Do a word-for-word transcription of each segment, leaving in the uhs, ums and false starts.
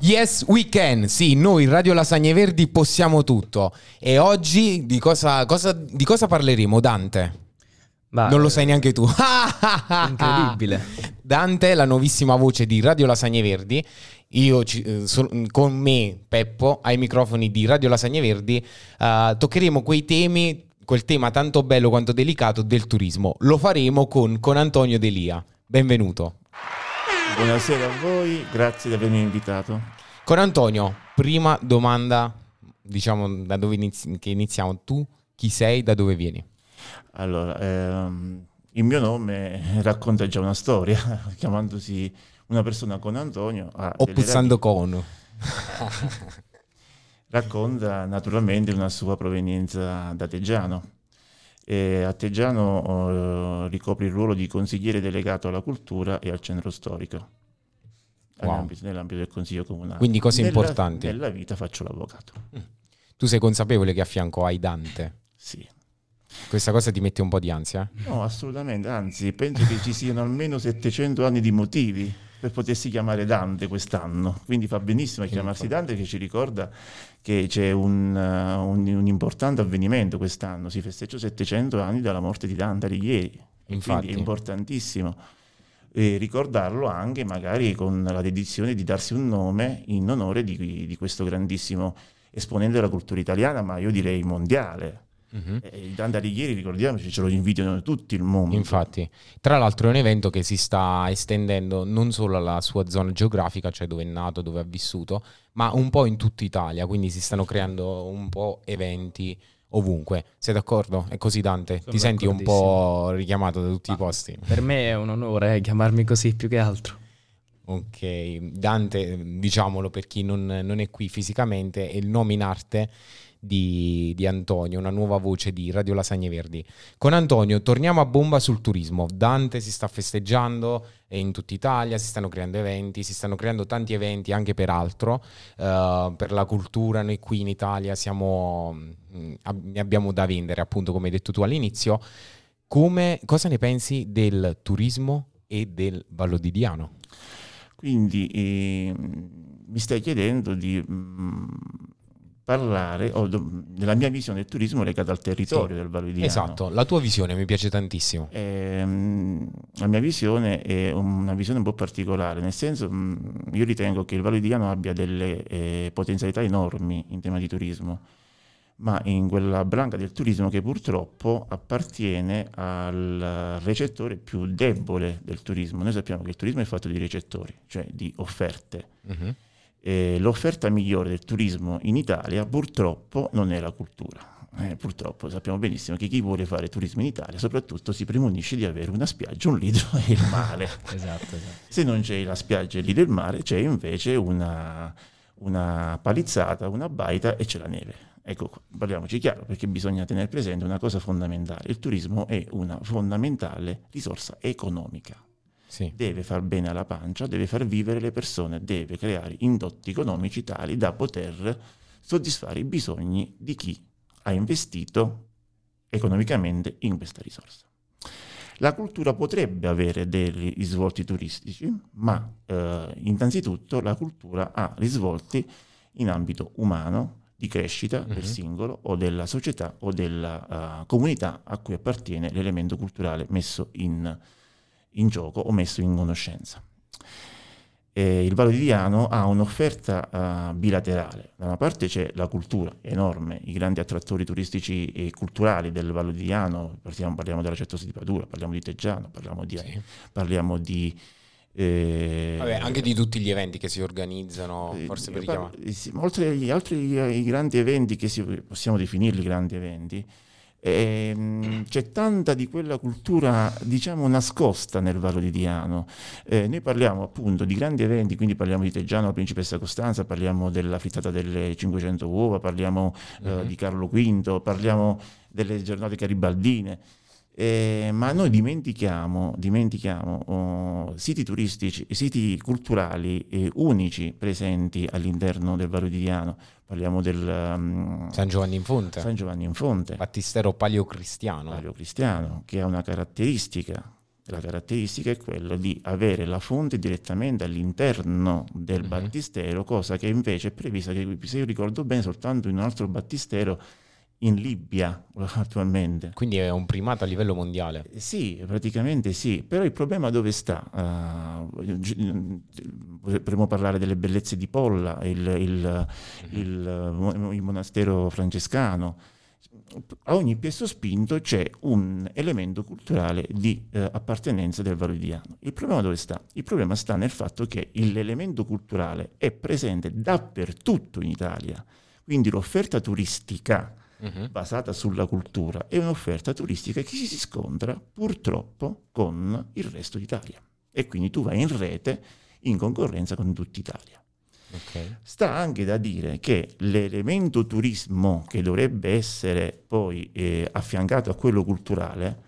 Yes we can, sì, noi Radio Lasagne Verdi possiamo tutto. E oggi di cosa, cosa, di cosa parleremo, Dante? Bah, non lo sai neanche tu. Incredibile. Dante, la nuovissima voce di Radio Lasagne Verdi. Io ci, so, con me, Peppo, ai microfoni di Radio Lasagne Verdi, uh, toccheremo quei temi, quel tema tanto bello quanto delicato del turismo. Lo faremo con, con Antonio Delia. Benvenuto. Buonasera a voi, grazie di avermi invitato. Con Antonio, prima domanda, diciamo da dove inizi- che iniziamo. Tu chi sei, da dove vieni? Allora, ehm, il mio nome racconta già una storia, chiamandosi una persona con Antonio. O puzzando con. Racconta naturalmente una sua provenienza da Teggiano. E a Teggiano eh, ricopre il ruolo di consigliere delegato alla cultura e al centro storico, wow. nell'ambito, nell'ambito del consiglio comunale. Quindi cose nella, importanti. Nella vita faccio l'avvocato. Mm. Tu sei consapevole che a fianco hai Dante? Sì. Questa cosa ti mette un po' di ansia? No, assolutamente, anzi, penso che ci siano almeno settecento anni di motivi per potersi chiamare Dante quest'anno, quindi fa benissimo a chiamarsi Dante, che ci ricorda che c'è un, uh, un, un importante avvenimento quest'anno, si festeggia settecento anni dalla morte di Dante Alighieri, infatti quindi è importantissimo e ricordarlo anche magari con la dedizione di darsi un nome in onore di, di questo grandissimo esponente della cultura italiana, ma io direi mondiale. Mm-hmm. Eh, Dante Alighieri, ricordiamoci, ce lo invidiano tutto il mondo. Infatti, tra l'altro è un evento che si sta estendendo non solo alla sua zona geografica, cioè dove è nato, dove ha vissuto, ma un po' in tutta Italia, quindi si stanno creando un po' eventi ovunque. Sei d'accordo? È così, Dante? Sono Ti senti un po' richiamato da tutti ah, i posti? Per me è un onore eh, chiamarmi così più che altro. Ok, Dante, diciamolo per chi non, non è qui fisicamente, è il nome in arte Di, di Antonio, una nuova voce di Radio Lasagne Verdi. Con Antonio torniamo a bomba sul turismo. Dante si sta festeggiando in tutta Italia, si stanno creando eventi, si stanno creando tanti eventi anche per altro, uh, per la cultura. Noi qui in Italia siamo, ne abbiamo da vendere, appunto, come hai detto tu all'inizio. Come, cosa ne pensi del turismo e del Vallo di Diano? Quindi eh, mi stai chiedendo di mh, parlare o do, della mia visione del turismo legata al territorio sì, del Vallo di Diano. Esatto, la tua visione mi piace tantissimo. Eh, la mia visione è una visione un po' particolare, nel senso mh, io ritengo che il Vallo di Diano abbia delle eh, potenzialità enormi in tema di turismo, ma in quella branca del turismo che purtroppo appartiene al recettore più debole del turismo. Noi sappiamo che il turismo è fatto di recettori, cioè di offerte. Uh-huh. E l'offerta migliore del turismo in Italia purtroppo non è la cultura. Eh, purtroppo sappiamo benissimo che chi vuole fare turismo in Italia soprattutto si premunisce di avere una spiaggia, un lido e il mare. esatto, esatto. Se non c'è la spiaggia, il lido e il mare, c'è invece una, una palizzata, una baita e c'è la neve. Ecco, parliamoci chiaro, perché bisogna tenere presente una cosa fondamentale: il turismo è una fondamentale risorsa economica. Sì. Deve far bene alla pancia, deve far vivere le persone, deve creare indotti economici tali da poter soddisfare i bisogni di chi ha investito economicamente in questa risorsa. La cultura potrebbe avere dei risvolti turistici, ma eh, innanzitutto la cultura ha risvolti in ambito umano, di crescita uh-huh. del singolo o della società o della uh, comunità a cui appartiene l'elemento culturale messo in, in gioco o messo in conoscenza. E il Vallo di Diano ha un'offerta uh, bilaterale. Da una parte c'è la cultura enorme, i grandi attrattori turistici e culturali del Vallo di Diano, parliamo, parliamo della Certosa di Padura, parliamo di Teggiano, parliamo di... Sì. Parliamo di Eh, Vabbè, anche di tutti gli eventi che si organizzano, forse per richiamare. Sì, oltre agli altri i grandi eventi che si, possiamo definirli grandi eventi, eh, c'è tanta di quella cultura, diciamo, nascosta nel Vallo di Diano. Eh, noi parliamo appunto di grandi eventi, quindi parliamo di Teggiano, la Principessa Costanza, parliamo della frittata delle cinquecento uova, parliamo mm-hmm. eh, di Carlo V, parliamo delle giornate garibaldine. Eh, ma noi dimentichiamo, dimentichiamo oh, siti turistici, siti culturali eh, unici presenti all'interno del Vallo di Diano. Parliamo del um, San Giovanni in Fonte, San Giovanni in Fonte, battistero paleocristiano, paleocristiano che ha una caratteristica La caratteristica è quella di avere la fonte direttamente all'interno del Mhm. battistero, cosa che invece è prevista, che, se io ricordo bene, soltanto in un altro battistero in Libia attualmente. Quindi è un primato a livello mondiale. Eh, Sì, praticamente sì, però il problema dove sta? Uh, gi- potremmo parlare delle bellezze di Polla, il, il- il, uh, il monastero francescano. A ogni Piesso Spinto c'è un elemento culturale di eh, appartenenza del Valodiano. Il problema dove sta? Il problema sta nel fatto che l'elemento culturale è presente dappertutto in Italia, quindi l'offerta turistica Mhm. basata sulla cultura è un'offerta turistica che si scontra purtroppo con il resto d'Italia, e quindi tu vai in rete in concorrenza con tutta Italia. Ok. Sta anche da dire che l'elemento turismo, che dovrebbe essere poi eh, affiancato a quello culturale,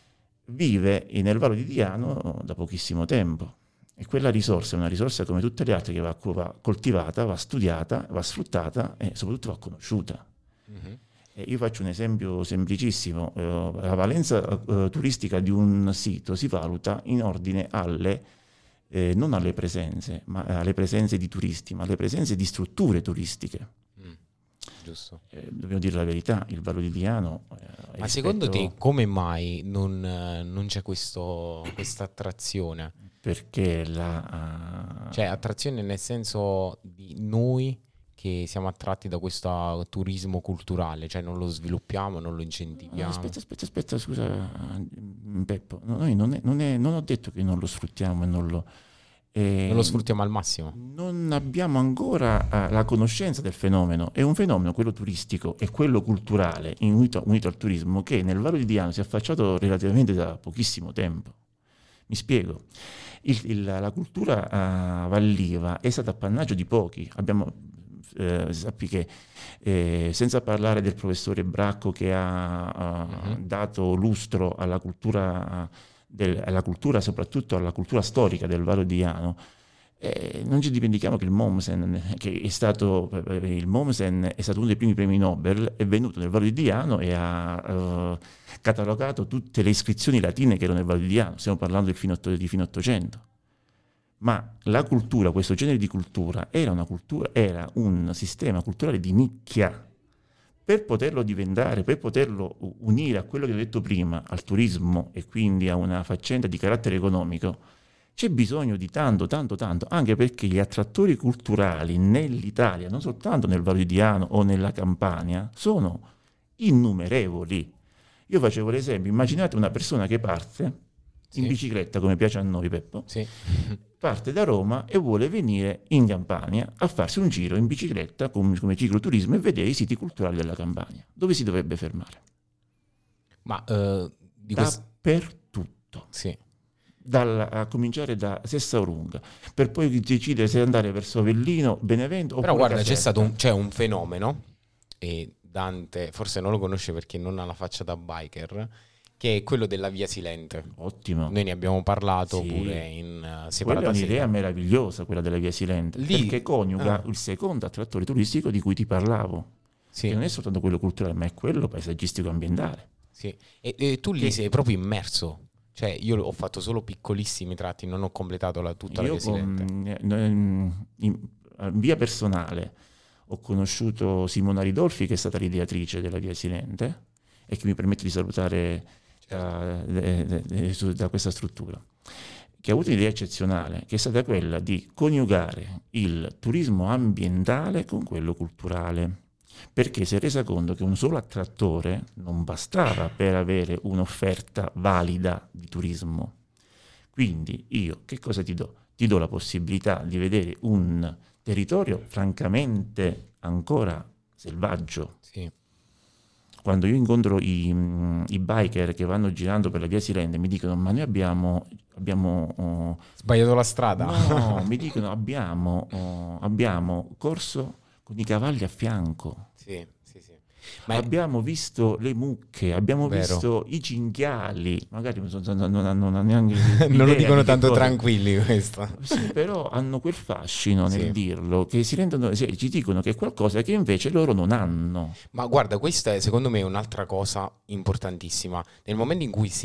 vive nel Vallo di Diano da pochissimo tempo, e quella risorsa è una risorsa come tutte le altre che va, va coltivata, va studiata, va sfruttata e soprattutto va conosciuta. Mhm. Eh, Io faccio un esempio semplicissimo. Eh, la valenza eh, turistica di un sito si valuta in ordine alle, eh, non alle presenze, ma alle presenze di turisti, ma alle presenze di strutture turistiche. Mm. Giusto. Eh, dobbiamo dire la verità, il Vallo di Diano... eh, Ma rispetto- secondo te come mai non, eh, non c'è questo, questa attrazione? Perché la... Cioè attrazione nel senso di noi che siamo attratti da questo turismo culturale, cioè non lo sviluppiamo, non lo incentiviamo. Aspetta, aspetta, aspetta, scusa Peppo, no, noi non, è- non è- non ho detto che non lo sfruttiamo e non lo... eh, Non lo sfruttiamo al massimo. Non abbiamo ancora eh, la conoscenza del fenomeno. È un fenomeno, quello turistico e quello culturale, unito, unito al turismo, che nel Vallo di Diano si è affacciato relativamente da pochissimo tempo. Mi spiego. Il- il- la cultura eh, valliva è stata appannaggio di pochi. Abbiamo, eh, sappi che, eh, senza parlare del professore Bracco, che ha eh, Mhm. dato lustro alla cultura, del- alla cultura, soprattutto alla cultura storica del Vallo di Diano. Eh, non ci dimentichiamo che il Mommsen, che è stato, eh, il Mommsen è stato uno dei primi premi Nobel, è venuto nel Vallo di Diano e ha eh, catalogato tutte le iscrizioni latine che erano nel Vallo di Diano. Stiamo parlando del fine otto- di fine Ottocento. Ma la cultura, questo genere di cultura, era una cultura, era un sistema culturale di nicchia. Per poterlo diventare, per poterlo unire a quello che ho detto prima, al turismo e quindi a una faccenda di carattere economico, c'è bisogno di tanto, tanto, tanto, anche perché gli attrattori culturali nell'Italia, non soltanto nel Vallo di Diano o nella Campania, sono innumerevoli. Io facevo l'esempio, immaginate una persona che parte in Sì. bicicletta, come piace a noi, Peppo, Sì. parte da Roma e vuole venire in Campania a farsi un giro in bicicletta come, come cicloturismo e vedere i siti culturali della Campania. Dove si dovrebbe fermare? Ma eh, di questo... Dappertutto. Sì. Dalla- a cominciare da Sessaurunga, per poi decidere se andare verso Avellino, Benevento Però oppure guarda, c'è Caserta. stato un, c'è un fenomeno, e Dante forse non lo conosce perché non ha la faccia da biker, che è quello della Via Silente. Ottimo. Noi ne abbiamo parlato Sì. pure in uh, Quella è separata un'idea sede. meravigliosa, quella della Via Silente, Lì- perché coniuga ah. il secondo attrattore turistico di cui ti parlavo, Sì, che non è soltanto quello culturale, ma è quello paesaggistico-ambientale. sì. E, e tu lì Che- sei proprio immerso. Cioè, io ho fatto solo piccolissimi tratti, non ho completato la, tutta la Io Via Silente. con- eh, in, in via personale ho conosciuto Simona Ridolfi, che è stata l'ideatrice della Via Silente e che mi permette di salutare Certo. da, de- de- de- su- da questa struttura, che ha avuto un'idea eccezionale, che è stata quella di coniugare il turismo ambientale con quello culturale, perché si è resa conto che un solo attrattore non bastava per avere un'offerta valida di turismo. Quindi io che cosa ti do? Ti do la possibilità di vedere un territorio francamente ancora selvaggio. Sì. Quando io incontro i, mm, i biker che vanno girando per la Via Silente, mi dicono: ma noi abbiamo, abbiamo oh, Sbagliato la strada. no, mi dicono abbiamo, oh, abbiamo corso con i cavalli a fianco, Sì, sì, sì. Ma è- abbiamo visto le mucche, abbiamo Vero. visto i cinghiali, magari non, so- non, non, non hanno neanche non lo idea dicono di che tanto cosa- tranquilli questo. Sì, però hanno quel fascino nel Sì. dirlo, che si rendono, sì, ci dicono che è qualcosa che invece loro non hanno. Ma guarda, questa è secondo me un'altra cosa importantissima. Nel momento in cui si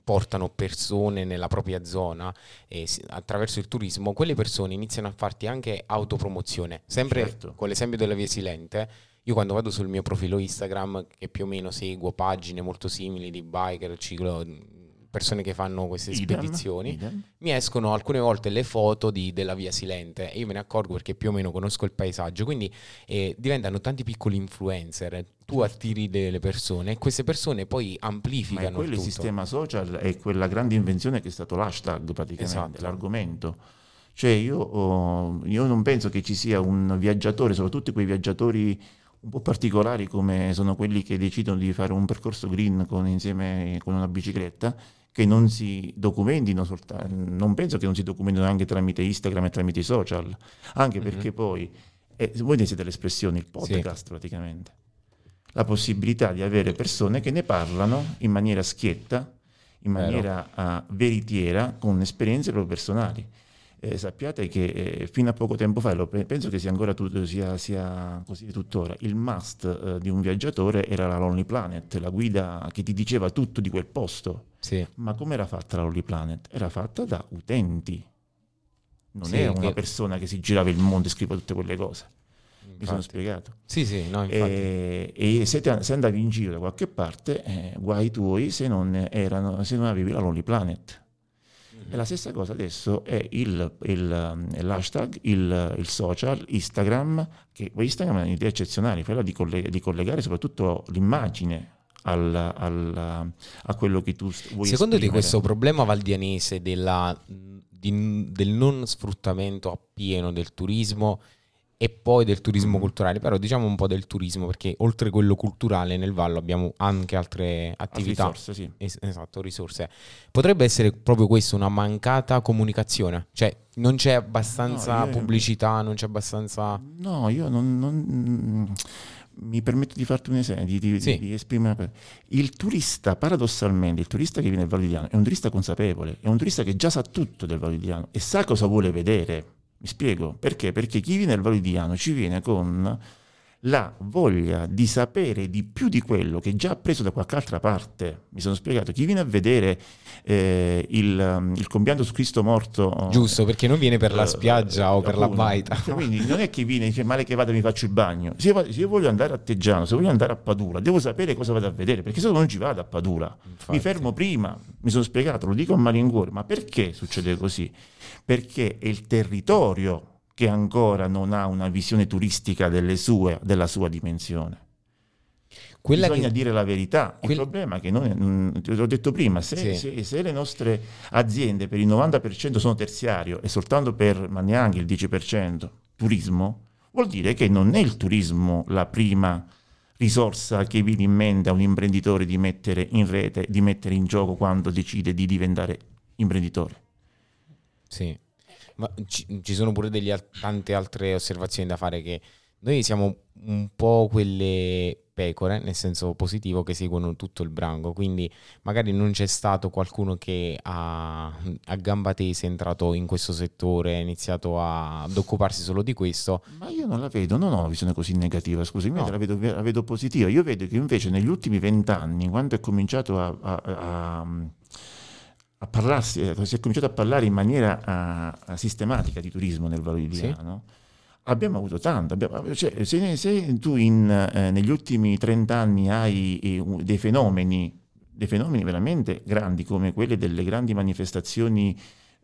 portano persone nella propria zona e si- attraverso il turismo, quelle persone iniziano a farti anche autopromozione. Sempre Certo. con l'esempio della Via Silente, io quando vado sul mio profilo Instagram, che più o meno seguo pagine molto simili di biker, ciclo, persone che fanno queste Idem, spedizioni, idem. mi escono alcune volte le foto di- della Via Silente e io me ne accorgo perché più o meno conosco il paesaggio, quindi eh, diventano tanti piccoli influencer, tu attiri delle persone e queste persone poi Ma è amplificano il quello il tutto. sistema social, è quella grande invenzione che è stato l'hashtag praticamente, Esatto. l'argomento. Cioè io, oh, io non penso che ci sia un viaggiatore, soprattutto quei viaggiatori un po' particolari come sono quelli che decidono di fare un percorso green con, insieme con una bicicletta, che non si documentino soltanto, non penso che non si documentino anche tramite Instagram e tramite i social, anche perché poi, eh, voi ne siete l'espressione, il podcast praticamente, la possibilità di avere persone che ne parlano in maniera schietta, in Vero. maniera ah, veritiera, con esperienze proprio personali. Eh, sappiate che eh, fino a poco tempo fa, lo pe- penso che sia ancora tutto, sia, sia così tuttora, il must eh, di un viaggiatore era la Lonely Planet, la guida che ti diceva tutto di quel posto. Sì. Ma come era fatta la Lonely Planet? Era fatta da utenti, non Sì, era una che- persona che si girava il mondo e scriveva tutte quelle cose. Mi sono Infatti. spiegato. Sì, sì, no, infatti. E, e se, te- se andavi in giro da qualche parte, eh, guai tuoi se non, erano, se non avevi la Lonely Planet. E la stessa cosa adesso è il, il, um, l'hashtag, il, il social, Instagram, che Instagram è un'idea eccezionale, quella di, colle- di collegare soprattutto l'immagine al, al- a quello che tu st- vuoi Secondo te esprimere. questo problema valdianese della, di- del non sfruttamento appieno del turismo e poi del turismo Mm. culturale, però diciamo un po' del turismo, perché oltre quello culturale nel Vallo abbiamo anche altre A attività. risorse, sì. Es- esatto, risorse. Potrebbe essere proprio questo, una mancata comunicazione, cioè non c'è abbastanza No, io- pubblicità, non c'è abbastanza... No, io non, non- mi permetto di farti un esempio, di, di- Sì. di esprimere una cosa. Il turista, paradossalmente, il turista che viene al Vallo di Diano è un turista consapevole, è un turista che già sa tutto del Vallo di Diano e sa cosa vuole vedere. Mi spiego perché? Perché chi viene al Vallo di Diano ci viene con la voglia di sapere di più di quello che già ha preso da qualche altra parte. Mi sono spiegato. Chi viene a vedere eh, il, um, il compianto su Cristo morto, Giusto, perché non viene per la eh, spiaggia o per la appunto. baita. Cioè, quindi non è che viene e dice male che vado mi faccio il bagno. Se io, se io voglio andare a Teggiano, se voglio andare a Padula, devo sapere cosa vado a vedere, perché se no non ci vado a Padula. Infatti. Mi fermo prima, mi sono spiegato, lo dico a malincuore, ma perché succede così? Perché è il territorio che ancora non ha una visione turistica delle sue, della sua dimensione. Quella Bisogna che- dire la verità. Il quel- problema è che noi, mm, te l'ho detto prima, se, Sì. se- se le nostre aziende per il novanta per cento sono terziario e soltanto per, ma neanche il dieci per cento turismo, vuol dire che non è il turismo la prima risorsa che viene in mente a un imprenditore di mettere in rete, di mettere in gioco quando decide di diventare imprenditore. Sì, ma ci, ci sono pure delle al- tante altre osservazioni da fare, che noi siamo un po' quelle pecore, nel senso positivo, che seguono tutto il branco, quindi magari non c'è stato qualcuno che ha, a gamba tesa è entrato in questo settore, ha iniziato a- ad occuparsi solo di questo. Ma io non la vedo, non ho una visione così negativa, scusami, No. la, vedo, la vedo positiva. Io vedo che invece negli ultimi vent'anni, quando è cominciato a, a- a- a parlarsi, eh, si è cominciato a parlare in maniera a- a sistematica di turismo nel Vallo di Sì. Diano, abbiamo avuto tanto. abbiamo- cioè, se, se tu in, eh, negli ultimi trenta anni hai eh, un- dei fenomeni, dei fenomeni veramente grandi come quelli delle grandi manifestazioni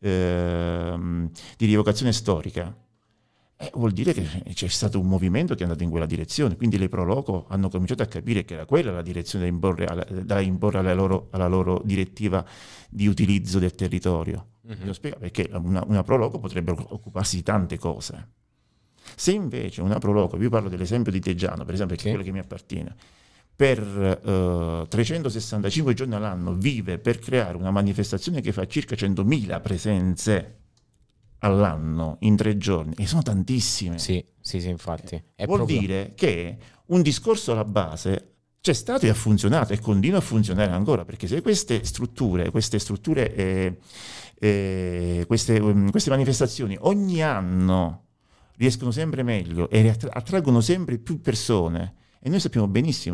ehm, di rievocazione storica, eh, vuol dire che c'è stato un movimento che è andato in quella direzione, quindi le Pro Loco hanno cominciato a capire che era quella la direzione da imporre alla, da imporre alla loro, alla loro direttiva di utilizzo del territorio. Mhm. Lo spiego, perché una, una Pro Loco potrebbe occuparsi di tante cose. Se invece una Pro Loco, io parlo dell'esempio di Teggiano, per esempio, che Sì. è quello che mi appartiene, per eh, trecentosessantacinque giorni all'anno vive per creare una manifestazione che fa circa centomila presenze all'anno in tre giorni, e sono tantissime. Sì, sì, sì, infatti. È Vuol proprio- dire che un discorso alla base c'è stato e ha funzionato e continua a funzionare ancora, perché se queste strutture, queste strutture, eh, eh, queste, um, queste manifestazioni ogni anno riescono sempre meglio e attra- attraggono sempre più persone, e noi sappiamo benissimo,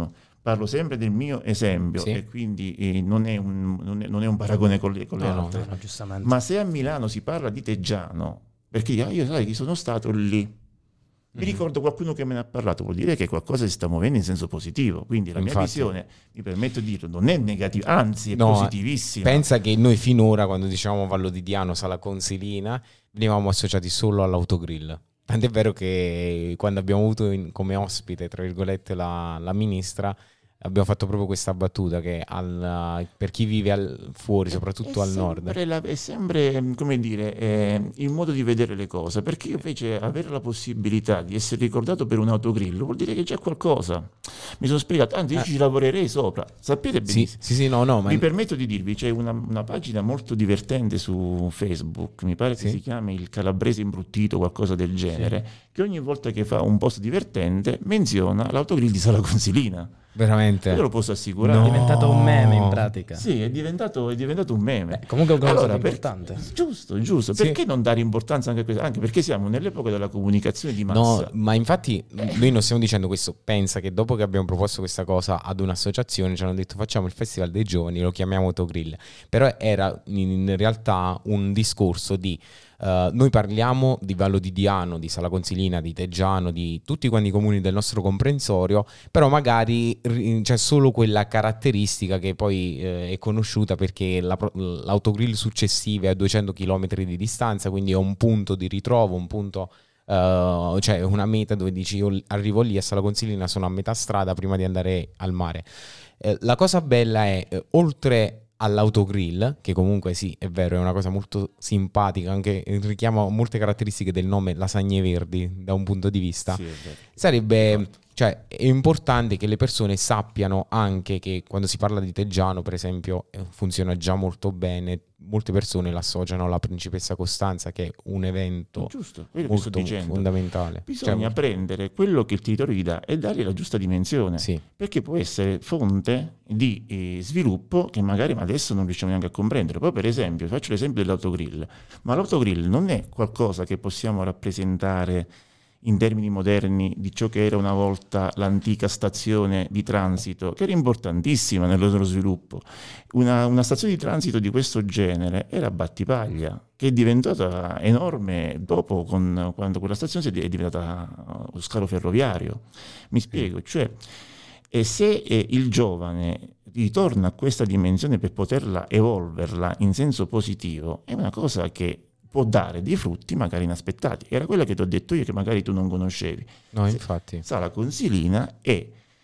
parlo sempre del mio esempio Sì. e quindi eh, non, è un, non, è, non è un paragone con le, con le No, no, altre. No, giustamente. Ma se a Milano si parla di Teggiano, perché io, io sai che sono stato lì, mi Mhm. ricordo qualcuno che me ne ha parlato, vuol dire che qualcosa si sta muovendo in senso positivo, quindi la mia Infatti. visione, mi permetto di dirlo, non è negativa, anzi è No, positivissima. Pensa che noi finora, quando dicevamo Vallo di Diano, Sala Consilina, venivamo associati solo all'autogrill. Tant'è vero che quando abbiamo avuto in- come ospite, tra virgolette, la, la ministra, abbiamo fatto proprio questa battuta che al- per chi vive al- fuori, soprattutto È al nord. sempre la- è sempre, come dire, eh, il modo di vedere le cose, perché io invece avere la possibilità di essere ricordato per un autogrill vuol dire che c'è qualcosa. Mi sono spiegato, anzi io Eh. ci lavorerei sopra, sapete Sì, benissimo. sì, sì, no, no, ma Mi permetto di dirvi, c'è una, una pagina molto divertente su Facebook, mi pare che Sì. si chiami Il Calabrese Imbruttito, qualcosa del genere, che ogni volta che fa un post divertente menziona l'autogrill di Sala Consilina. veramente. Io lo posso assicurare. No. È diventato un meme in pratica. Sì, è diventato, è diventato un meme. Beh, comunque è un qualcosa Allora, di per- importante. Giusto, giusto. Sì. Perché non dare importanza anche a questo? Anche perché siamo nell'epoca della comunicazione di massa. No, ma infatti noi non stiamo dicendo questo. Pensa che dopo che abbiamo proposto questa cosa ad un'associazione ci hanno detto facciamo il Festival dei Giovani, lo chiamiamo Autogrill. Però era in realtà un discorso di eh, noi parliamo di Vallo di Diano, di Sala Consilina, di Teggiano, di tutti quanti i comuni del nostro comprensorio, però magari ri- c'è solo quella caratteristica che poi eh, è conosciuta perché la pro- l'autogrill successivo è a duecento chilometri di distanza, quindi è un punto di ritrovo, un punto Uh, cioè una meta dove dici io arrivo lì a Sala Consilina, sono a metà strada prima di andare al mare. Eh, la cosa bella è eh, oltre all'autogrill, che comunque sì è vero è una cosa molto simpatica, anche richiama molte caratteristiche del nome Lasagne Verdi da un punto di vista, Sì, è vero. sarebbe, cioè è importante che le persone sappiano anche che quando si parla di Teggiano per esempio eh, funziona già molto bene, molte persone l'associano alla Principessa Costanza che è un evento Giusto, quello che sto molto dicendo. fondamentale. Bisogna Cioè, prendere quello che il territorio gli dà e dargli la giusta dimensione. sì, Perché può essere fonte di eh, sviluppo che magari adesso non riusciamo neanche a comprendere. Poi per esempio, faccio l'esempio dell'autogrill, ma l'autogrill non è qualcosa che possiamo rappresentare in termini moderni di ciò che era una volta l'antica stazione di transito, che era importantissima nel loro sviluppo. Una, una stazione di transito di questo genere era Battipaglia, che è diventata enorme dopo con, quando quella stazione è diventata lo scalo ferroviario. Mi spiego, cioè e se eh, il giovane ritorna a questa dimensione per poterla evolverla in senso positivo, è una cosa che può dare dei frutti magari inaspettati. Era quella che ti ho detto io che magari tu non conoscevi. no Se- infatti. Sala Consilina è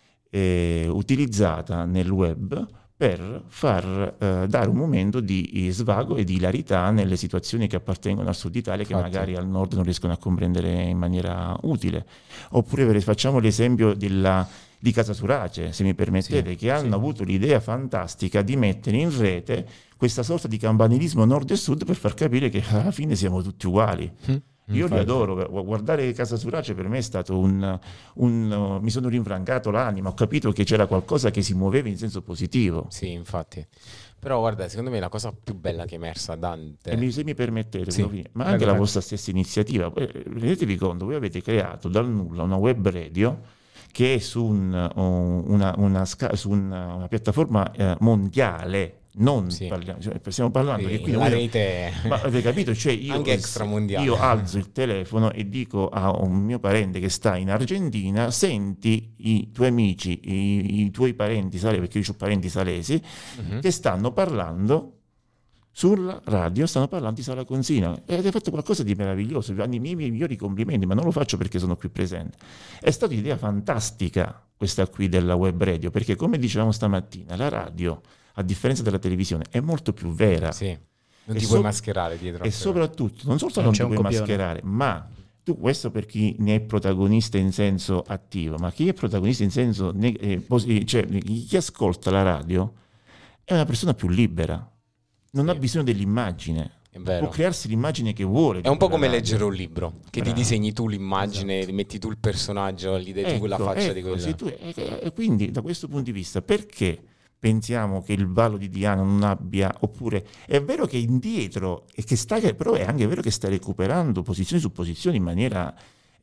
eh, utilizzata nel web per far eh, dare un momento di eh, svago e di ilarità nelle situazioni che appartengono al sud Italia che Infatti. magari al nord non riescono a comprendere in maniera utile. Oppure per- facciamo l'esempio della, di Casa Surace, se mi permettete, Sì, che hanno sì. avuto l'idea fantastica di mettere in rete questa sorta di campanilismo nord e sud per far capire che alla fine siamo tutti uguali. Mm, Io li infatti. adoro, gu- guardare Casa Surace per me è stato un, un, uh, mi sono rinfrancato l'anima, ho capito che c'era qualcosa che si muoveva in senso positivo. Sì, infatti. Però guarda, secondo me la cosa più bella che è emersa a Dante. E mi- se mi permettete, Sì. volevo finire, ma Prego, anche la prego. vostra stessa iniziativa, eh, rendetevi conto, voi avete creato dal nulla una web radio che è su, un, un- una, una sca- su una, una piattaforma eh, mondiale, non Sì. parliamo, cioè, stiamo parlando che Sì, qui la noi- rete Ma avete capito? Cioè io, Anche extramondiale. io alzo il telefono e dico a un mio parente che sta in Argentina: senti i tuoi amici, i, i tuoi parenti salesi, perché io ho parenti salesi, Mhm. che stanno parlando sulla radio, stanno parlando di Sala Consilina. E avete fatto qualcosa di meraviglioso, vi hanno i miei migliori complimenti, ma non lo faccio perché sono qui presente. È stata un'idea fantastica questa qui della web radio, perché come dicevamo stamattina, la radio, a differenza della televisione, è molto più vera. Sì, non E ti so- puoi mascherare dietro. a E quello. soprattutto, non soltanto Non non c'è ti un puoi copione. mascherare, ma tu, questo per chi ne è protagonista in senso attivo, ma chi è protagonista in senso neg- eh, posi- cioè chi ascolta la radio è una persona più libera, non Sì. ha bisogno dell'immagine, È vero. può crearsi l'immagine che vuole. È un po' di quella come radio. leggere un libro, che Bravo. ti disegni tu l'immagine, metti tu il personaggio, gli dai tu quella Ecco, faccia di ecco, quella. se tu- e- e- e quindi da questo punto di vista, perché pensiamo che il Vallo di Diano non abbia, oppure è vero che è indietro, e che sta, però è anche vero che sta recuperando posizioni su posizioni in maniera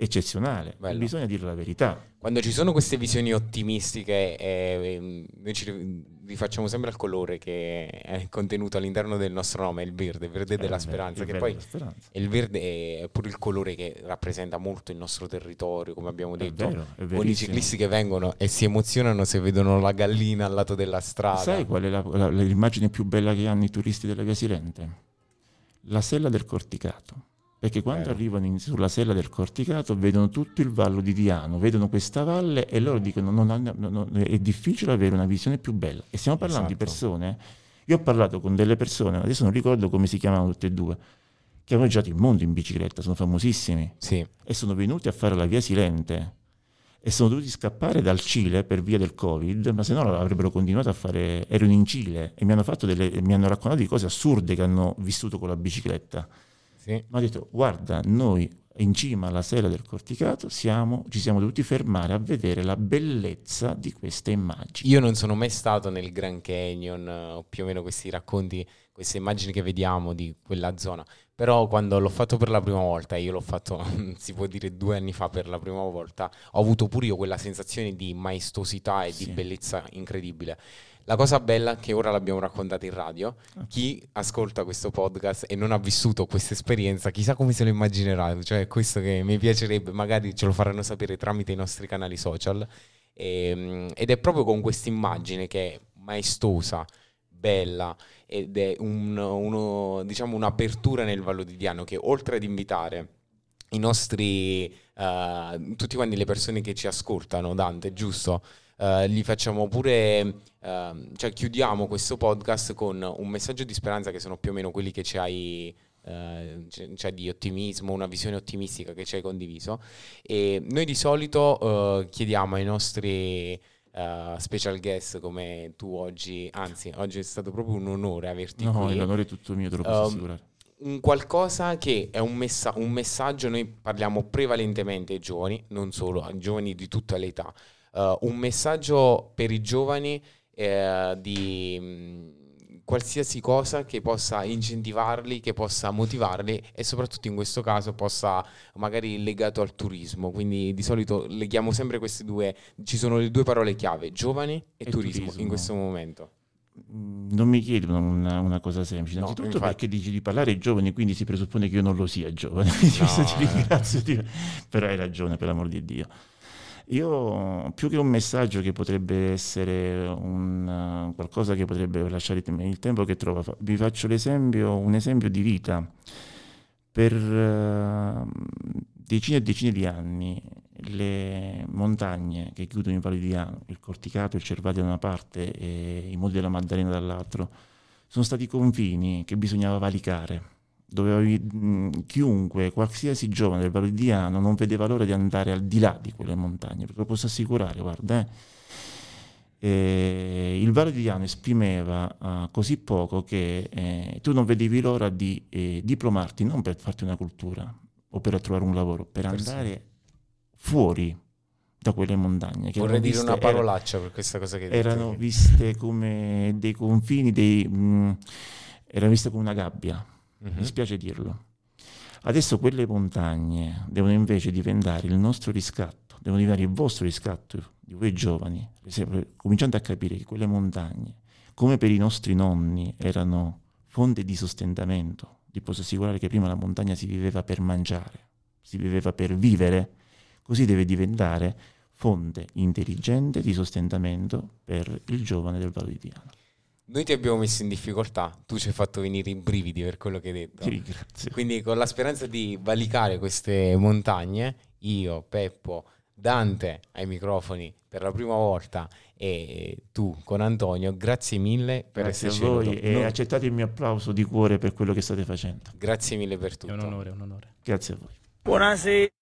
eccezionale. Bello. Bisogna dire la verità. Quando ci sono queste visioni ottimistiche, eh, noi ci rifacciamo sempre al colore che è contenuto all'interno del nostro nome, il verde, il verde della Eh, speranza, il che verde poi della speranza. il verde è pure il colore che rappresenta molto il nostro territorio, come abbiamo È detto. vero, è Con i verissimo. ciclisti che vengono e si emozionano se vedono la gallina al lato della strada. Sai qual è la- la- l'immagine più bella che hanno i turisti della Via Silente? La sella del Corticato. Perché quando Vero. arrivano in- sulla sella del Corticato vedono tutto il Vallo di Diano, vedono questa valle e loro dicono non, hanno- non- non- è difficile avere una visione più bella. E stiamo parlando di Esatto. persone, io ho parlato con delle persone, adesso non ricordo come si chiamavano tutte e due, che hanno girato il mondo in bicicletta, sono famosissimi Sì, e sono venuti a fare la Via Silente e sono dovuti scappare dal Cile per via del Covid, ma se no avrebbero continuato a fare, erano in Cile e mi hanno, fatto delle, mi hanno raccontato di cose assurde che hanno vissuto con la bicicletta. sì. Mi ha detto, guarda, noi in cima alla sella del Corticato siamo, ci siamo dovuti fermare a vedere la bellezza di queste immagini. Io non sono mai stato nel Grand Canyon, eh, o più o meno questi racconti, queste immagini che vediamo di quella zona, però quando l'ho fatto per la prima volta, io l'ho fatto, si può dire due anni fa per la prima volta, ho avuto pure io quella sensazione di maestosità e Sì. di bellezza incredibile. La cosa bella è che ora l'abbiamo raccontata in radio, chi ascolta questo podcast e non ha vissuto questa esperienza, chissà come se lo immaginerà, cioè questo che mi piacerebbe, magari ce lo faranno sapere tramite i nostri canali social. E, ed è proprio con questa immagine che è maestosa, bella ed è un, uno, diciamo un'apertura nel Vallo di Diano che oltre ad invitare i nostri uh, tutti quanti le persone che ci ascoltano, Dante, giusto? Uh, gli facciamo pure uh, cioè chiudiamo questo podcast con un messaggio di speranza che sono più o meno quelli che ci hai uh, cioè di ottimismo, una visione ottimistica che ci hai condiviso, e noi di solito uh, chiediamo ai nostri uh, special guest come tu oggi, anzi oggi è stato proprio un onore averti No, qui, l'onore è tutto mio, te lo posso Um, assicurare. un qualcosa che è un, messa- un messaggio, noi parliamo prevalentemente ai giovani, non solo, ai giovani di tutta l'età, uh, un messaggio per i giovani eh, di mh, qualsiasi cosa che possa incentivarli, che possa motivarli e soprattutto in questo caso possa magari legato al turismo, quindi di solito leghiamo sempre queste due, ci sono le due parole chiave, giovani e, E turismo, turismo. in questo momento. Non mi chiedono una, una cosa semplice, No, innanzitutto infatti. perché dici di parlare ai giovani, quindi si presuppone che io non lo sia giovane, quindi questo ti eh. ringrazio, ti- però hai ragione, per l'amor di Dio. Io, più che un messaggio che potrebbe essere un, uh, qualcosa che potrebbe lasciare il il tempo che trova, fa- vi faccio l'esempio, un esempio di vita. Per uh, decine e decine di anni le montagne che chiudono il Valle di Diano, il Corticato, il Cervadio da una parte e i Monti della Maddalena dall'altro, sono stati confini che bisognava valicare. Doveva, mh, chiunque, qualsiasi giovane del Valle di Diano non vedeva l'ora di andare al di là di quelle montagne, perché lo posso assicurare, guarda, eh. E il Valle di Diano esprimeva uh, così poco che eh, tu non vedevi l'ora di eh, diplomarti, non per farti una cultura o per trovare un lavoro, per Per andare fuori da quelle montagne che Vorrei erano dire viste, una era- parolaccia per questa cosa che hai detto. erano viste come dei confini, dei, mh, erano viste come una gabbia. Mhm. Mi spiace dirlo. Adesso quelle montagne devono invece diventare il nostro riscatto, devono diventare il vostro riscatto di voi giovani, se- cominciando a capire che quelle montagne, come per i nostri nonni, erano fonte di sostentamento. Vi posso assicurare che prima la montagna si viveva per mangiare, si viveva per vivere, così deve diventare fonte intelligente di sostentamento per il giovane del Valle di Diano. Noi ti abbiamo messo in difficoltà, tu ci hai fatto venire i brividi per quello che hai detto. Ti ringrazio. Quindi con la speranza di valicare queste montagne, io, Peppo, Dante ai microfoni per la prima volta e tu con Antonio, grazie mille per Grazie a esserci voi venuto. e No, accettate il mio applauso di cuore per quello che state facendo. grazie mille per È tutto. un onore, un onore. Grazie a voi. Buonasera.